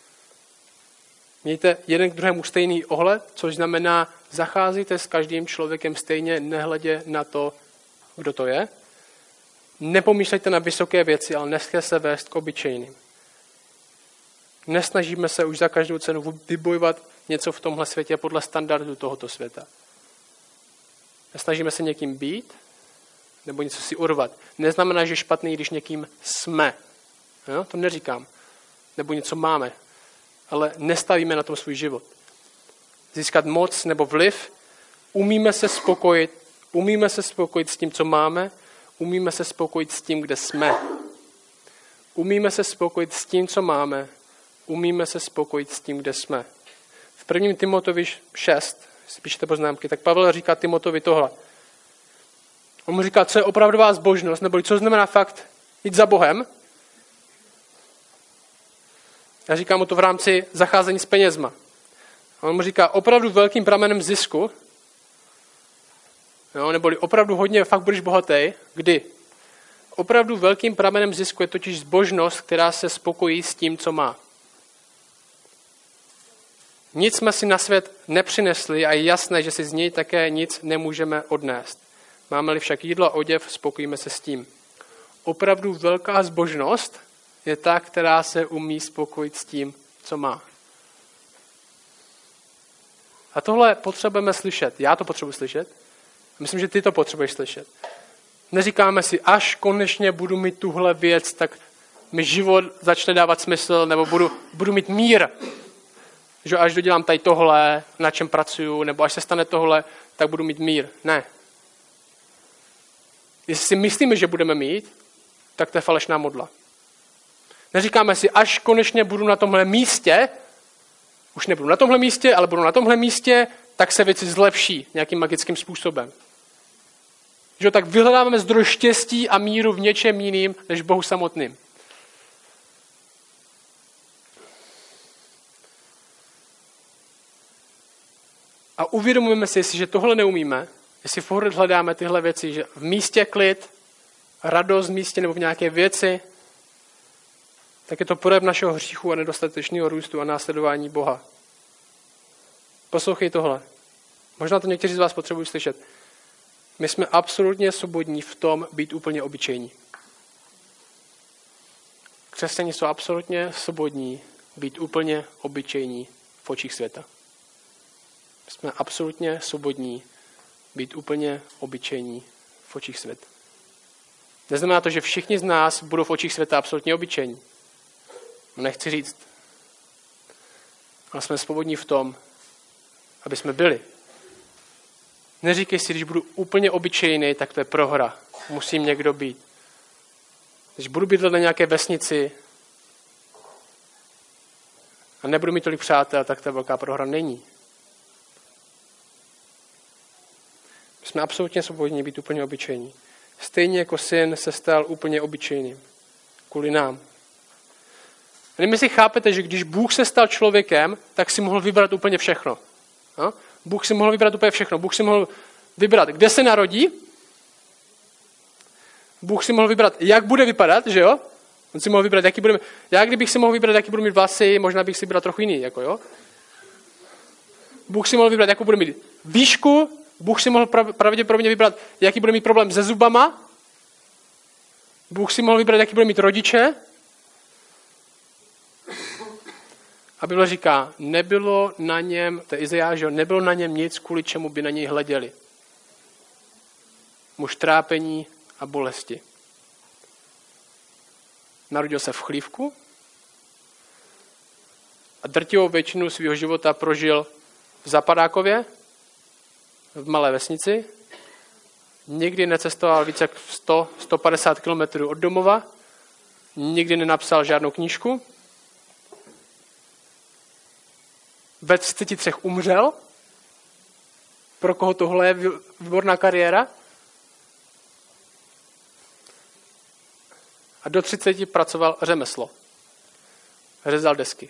Mějte jeden k druhému stejný ohled, což znamená, zacházíte s každým člověkem stejně, nehledě na to, kdo to je. Nepomýšlejte na vysoké věci, ale nechte se vést k obyčejným. Nesnažíme se už za každou cenu vybojovat něco v tomhle světě podle standardu tohoto světa. Nesnažíme se někým být, nebo něco si urvat. Neznamená, že je špatný, když někým jsme. Jo? To neříkám. Nebo něco máme. Ale nestavíme na tom svůj život. Získat moc nebo vliv, umíme se spokojit s tím, co máme, umíme se spokojit s tím, kde jsme. Umíme se spokojit s tím, co máme, umíme se spokojit s tím, kde jsme. V 1. Timotovi 6, když si píšete poznámky, tak Pavel říká Timotovi tohle. On mu říká, co je opravdová zbožnost, nebo co znamená fakt jít za Bohem. Já říkám mu to v rámci zacházení s penězma. A on mu říká, opravdu velkým pramenem zisku, jo, neboli opravdu hodně, fakt budeš bohatý, kdy? Opravdu velkým pramenem zisku je totiž zbožnost, která se spokojí s tím, co má. Nic jsme si na svět nepřinesli a je jasné, že si z něj také nic nemůžeme odnést. Máme-li však jídlo a oděv, spokojíme se s tím. Opravdu velká zbožnost je ta, která se umí spokojit s tím, co má. A tohle potřebujeme slyšet. Já to potřebuji slyšet. Myslím, že ty to potřebuješ slyšet. Neříkáme si, až konečně budu mít tuhle věc, tak mi život začne dávat smysl, nebo budu mít mír. Že až dodělám tady tohle, na čem pracuju, nebo až se stane tohle, tak budu mít mír. Ne. Jestli si myslíme, že budeme mít, tak to je falešná modla. Neříkáme si, až konečně budu na tomhle místě, už nebudu na tomhle místě, ale budu na tomhle místě, tak se věci zlepší nějakým magickým způsobem. Že tak vyhledáváme zdroj štěstí a míru v něčem jiným, než v Bohu samotným. A uvědomujeme si, jestli, že tohle neumíme, jestli furt hledáme tyhle věci, že v místě klid, radost v místě nebo v nějaké věci, tak je to projev našeho hříchu a nedostatečného růstu a následování Boha. Poslouchej tohle. Možná to někteří z vás potřebují slyšet. My jsme absolutně svobodní v tom být úplně obyčejní. Křesťané jsou absolutně svobodní být úplně obyčejní v očích světa. Jsme absolutně svobodní být úplně obyčejní v očích světa. Neznamená to, že všichni z nás budou v očích světa absolutně obyčejní. Nechci říct. Ale jsme svobodní v tom, aby jsme byli. Neříkej si, když budu úplně obyčejný, tak to je prohra. Musím někdo být. Když budu bydlet na nějaké vesnici a nebudu mít tolik přátel, tak to je velká prohra. Není. My jsme absolutně svobodní být úplně obyčejní. Stejně jako syn se stal úplně obyčejným. Kvůli nám. A nevím, jestli chápete, že když Bůh se stal člověkem, tak si mohl vybrat úplně všechno. No? Bůh si mohl vybrat úplně všechno. Bůh si mohl vybrat, kde se narodí. Bůh si mohl vybrat, jak bude vypadat, že jo? On si mohl vybrat, jaký bude. Já kdybych si mohl vybrat, jaký budu mít vlasy, možná bych si vybral trochu jiný, jako jo? Bůh si mohl vybrat, jakou bude mít výšku. Bůh si mohl pravděpodobně vybrat, jaký bude mít problém se zubama. Bůh si mohl vybrat, jaký bude mít rodiče. A Bible říká, nebylo na něm, to je Izajáš, nebylo na něm nic, kvůli čemu by na něj hleděli. Muž trápení a bolesti. Narodil se v chlívku a drtivou většinu svého života prožil v Zapadákově, v malé vesnici. Nikdy necestoval více jak 100-150 kilometrů od domova. Nikdy nenapsal žádnou knížku. Ve 33 umřel. Pro koho tohle je výborná kariéra. A do 30 pracoval řemeslo. Řezal desky.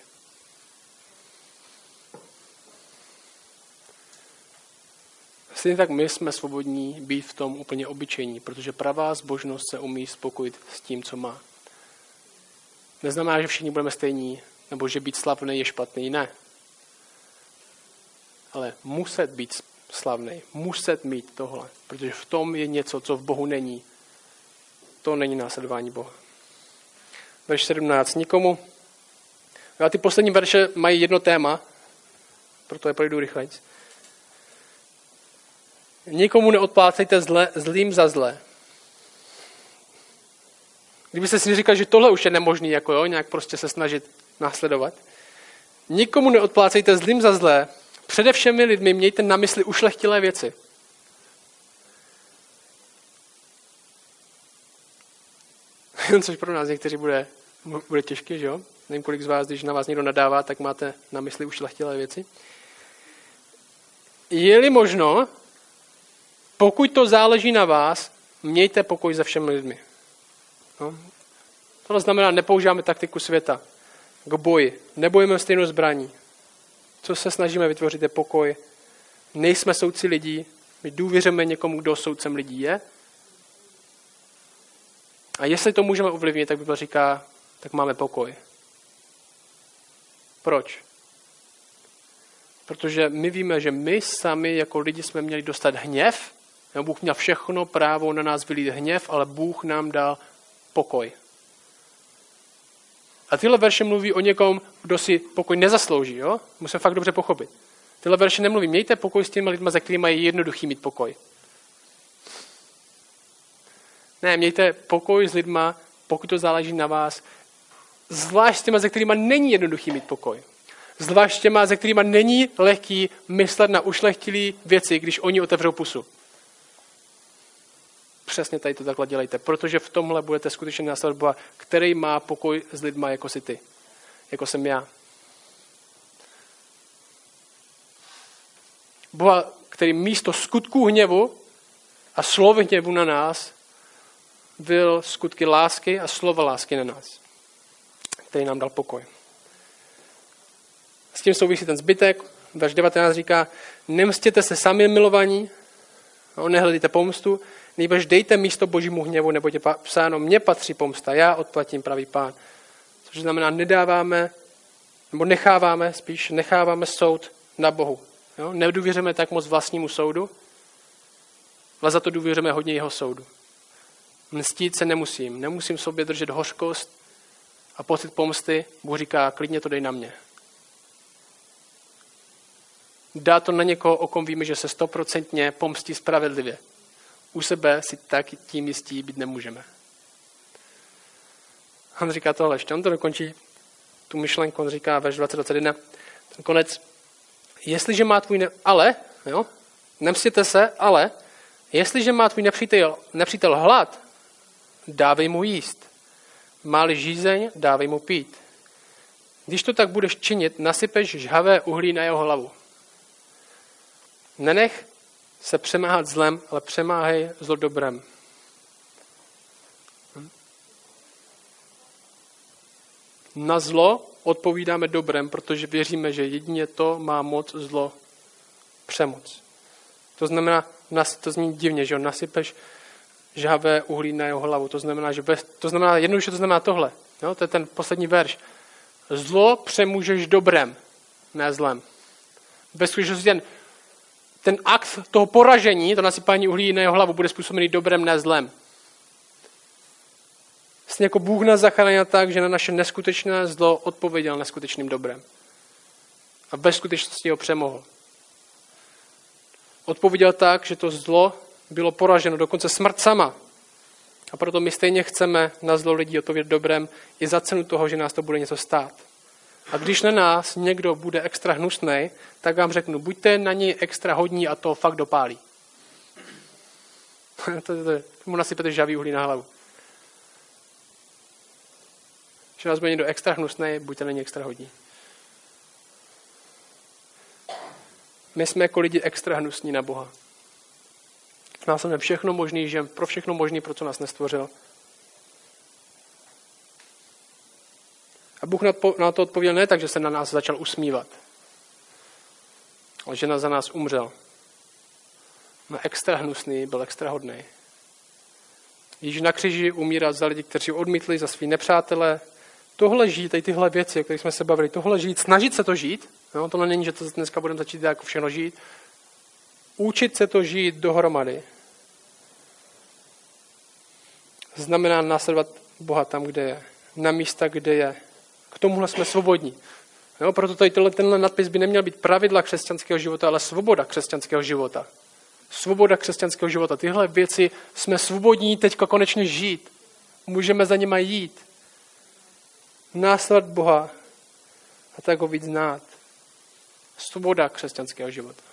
Stejně tak my jsme svobodní být v tom úplně obyčejní, protože pravá zbožnost se umí spokojit s tím, co má. Neznamená, že všichni budeme stejní, nebo že být slavný je špatný, ne. Ale muset být slavný, muset mít tohle, protože v tom je něco, co v Bohu není. To není následování Boha. Verš 17. Nikomu. A ty poslední verše mají jedno téma, proto je projdu rychleji. Nikomu neodplácejte zlým za zlé. Kdybyste si říkali, že tohle už je nemožný, jako jo, nějak prostě se snažit následovat. Nikomu neodplácejte zlým za zlé. Přede všemi lidmi mějte na mysli ušlechtilé věci. Což pro nás někteří bude těžké, že jo? Nevím, kolik z vás, když na vás někdo nadává, tak máte na mysli ušlechtilé věci. Je-li možno, pokud to záleží na vás, mějte pokoj se všemi lidmi. No. To znamená, nepoužíváme taktiku světa k boji. Nebojíme stejnou zbraní. Co se snažíme vytvořit je pokoj. Nejsme soudci lidí, my důvěřujeme někomu, kdo soudcem lidí je. A jestli to můžeme ovlivnit, tak Bible říká, tak máme pokoj. Proč? Protože my víme, že my sami jako lidi jsme měli dostat hněv. Bůh měl všechno právo na nás vylít hněv, ale Bůh nám dal pokoj. A tyhle verše mluví o někom, kdo si pokoj nezaslouží. Jo? Musím fakt dobře pochopit. Tyhle verše nemluví. Mějte pokoj s těmi lidmi, za kterými je jednoduchý mít pokoj. Ne, mějte pokoj s lidma, pokud to záleží na vás. Zvlášť s těma, za kterými není jednoduchý mít pokoj. Zvlášť s těma, za kterými není lehký myslet na ušlechtilé věci, když oni otevřou pusu. Přesně tady to takhle dělejte, protože v tomhle budete skutečně následovat Boha, který má pokoj s lidma, jako jsi ty, jako jsem já. Boha, který místo skutků hněvu a slov hněvu na nás byl skutky lásky a slova lásky na nás, který nám dal pokoj. S tím souvisí ten zbytek. Verš 19 říká, nemstěte se sami milovaní, nehledejte pomstu, nejbrž dejte místo Božímu hněvu, neboť je psáno, mně patří pomsta, já odplatím, pravý Pán. Což znamená, necháváme soud na Bohu. Jo? Nedůvěřujeme tak moc vlastnímu soudu, ale za to důvěřujeme hodně jeho soudu. Mstít se nemusím sobě držet hořkost a pocit pomsty. Bůh říká, klidně to dej na mě. Dá to na někoho, o kom víme, že se 100% pomstí spravedlivě. U sebe si tak tím jistí být nemůžeme. On říká tohle, ještě on to dokončí, tu myšlenku, on říká verš 20-21, ten konec, jestliže má tvůj nemstěte se, ale jestliže má tvůj nepřítel hlad, dávej mu jíst. Má-li žízeň, dávej mu pít. Když to tak budeš činit, nasypeš žhavé uhlí na jeho hlavu. Nenech se přemáhat zlem, ale přemáhej zlo dobrem. Na zlo odpovídáme dobrem, protože věříme, že jedině to má moc zlo přemoc. To znamená, to zní divně, že nasypeš žhavé uhlí na jeho hlavu. To znamená, jednoduše to znamená tohle. Jo? To je ten poslední verš. Zlo přemůžeš dobrem, ne zlem. Ve skutečnosti ten akt toho poražení, to nasypání uhlí na jeho hlavu, bude způsobený dobrem, ne zlem. Vlastně jako Bůh nás zachránil tak, že na naše neskutečné zlo odpověděl neskutečným dobrem. A ve skutečnosti ho přemohl. Odpověděl tak, že to zlo bylo poraženo, dokonce smrt sama. A proto my stejně chceme na zlo lidí odpovědět dobrem i za cenu toho, že nás to bude něco stát. A když na nás někdo bude extra hnusnej, tak vám řeknu, buďte na něj extra hodní a to fakt dopálí. Mu nasypete žhavý uhlí na hlavu. Když vás bude někdo extra hnusnej, buďte na něj extra hodní. My jsme jako lidi extra hnusní na Boha. Nás jsme všechno možný, že pro všechno možný, pro co nás nestvořil. A Bůh na to odpověděl ne tak, že se na nás začal usmívat, ale že za nás umřel. Byl extra hnusný, byl extra hodnej. Ježíš na kříži umírá za lidi, kteří odmítli, za svý nepřátele. Tohle žít, tady tyhle věci, o kterých jsme se bavili, tohle žít, snažit se to žít, no, tohle není, že to dneska budeme začít jako všechno žít, učit se to žít dohromady. Znamená následovat Boha tam, kde je, na místa, kde je. K tomuhle jsme svobodní. Jo, proto tady tenhle nadpis by neměl být pravidla křesťanského života, ale svoboda křesťanského života. Svoboda křesťanského života. Tyhle věci jsme svobodní teďka konečně žít. Můžeme za nima jít. Následovat Boha a tak ho víc znát. Svoboda křesťanského života.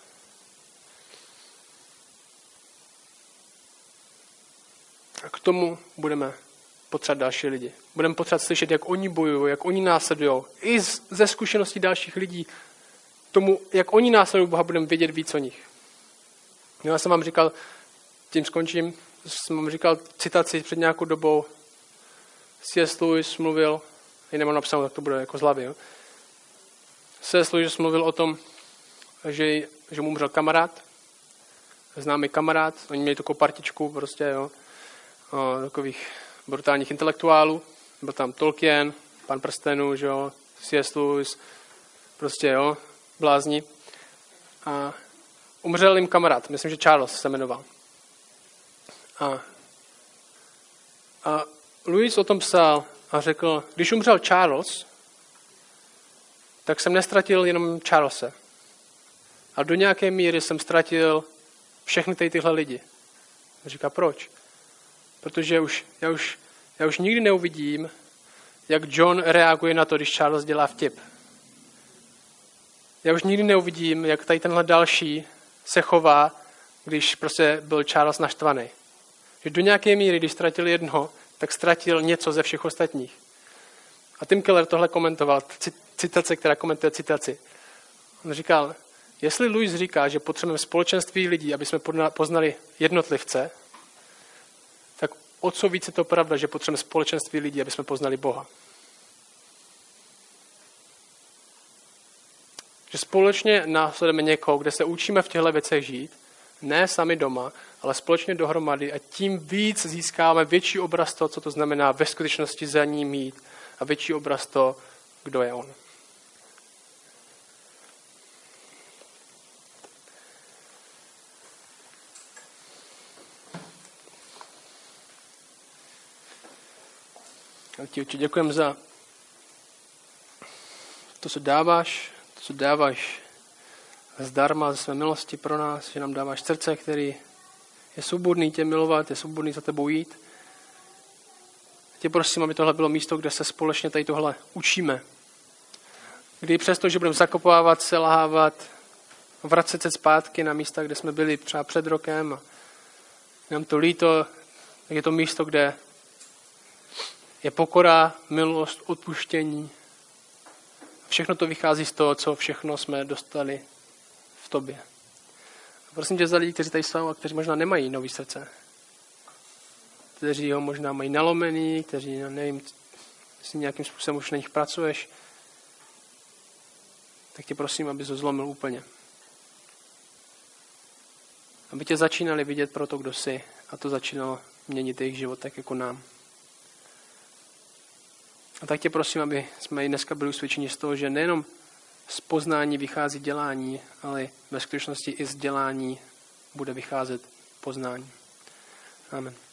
A k tomu budeme potřebovat další lidi. Budeme potřebovat slyšet, jak oni bojují, jak oni následují. I ze zkušeností dalších lidí. Tomu, jak oni následují Boha, budeme vědět víc o nich. Já jsem vám říkal, tím skončím, jsem vám říkal citaci před nějakou dobou. C.S. Lewis mluvil, ji nemám napsanou, tak to bude jako z hlavy. Jo? C.S. Lewis mluvil o tom, že mu umřel kamarád, známý kamarád, oni měli takovou partičku prostě, jo, takových brutálních intelektuálů. Byl tam Tolkien, Pan prstenů, že jo, C.S. Lewis, prostě jo, blázni. a umřel jim kamarád, myslím, že Charles se jmenoval. A Louis o tom psal a řekl, když umřel Charles, tak jsem nestratil jenom Charlese. A do nějaké míry jsem ztratil všechny tyhle lidi. A říká, proč? Protože já už nikdy neuvidím, jak John reaguje na to, když Charles dělá vtip. Já už nikdy neuvidím, jak tady tenhle další se chová, když prostě byl Charles naštvaný. Že do nějaké míry, když ztratil jednoho, tak ztratil něco ze všech ostatních. A Tim Keller tohle komentoval, citace, která komentuje citaci. On říkal, jestli Louis říká, že potřebujeme společenství lidí, aby jsme poznali jednotlivce, tak o co víc je to pravda, že potřebujeme společenství lidí, aby jsme poznali Boha. Že společně následujeme někoho, kde se učíme v těchto věcech žít, ne sami doma, ale společně dohromady a tím víc získáme větší obraz toho, co to znamená ve skutečnosti za ním mít a větší obraz toho, kdo je on. Ti děkujeme za to, co dáváš zdarma ze své milosti pro nás, že nám dáváš srdce, který je svobodný tě milovat, je svobodný za tebou jít. Tě prosím, aby tohle bylo místo, kde se společně tady tohle učíme. Kdy přesto, že budeme zakopávat, selhávat, vracet se zpátky na místa, kde jsme byli třeba před rokem a nám to líto, tak je to místo, kde je pokora, milost, odpuštění. Všechno to vychází z toho, co všechno jsme dostali v tobě. A prosím tě za lidi, kteří tady jsou a kteří možná nemají nový srdce. Kteří ho možná mají nalomený, kteří, nevím, jestli nějakým způsobem už na nich pracuješ, tak tě prosím, aby ho zlomil úplně. Aby tě začínali vidět pro to, kdo jsi, a to začínalo měnit jejich život tak jako nám. A tak tě prosím, aby jsme i dneska byli usvědčeni z toho, že nejenom z poznání vychází dělání, ale ve skutečnosti i z dělání bude vycházet poznání. Amen.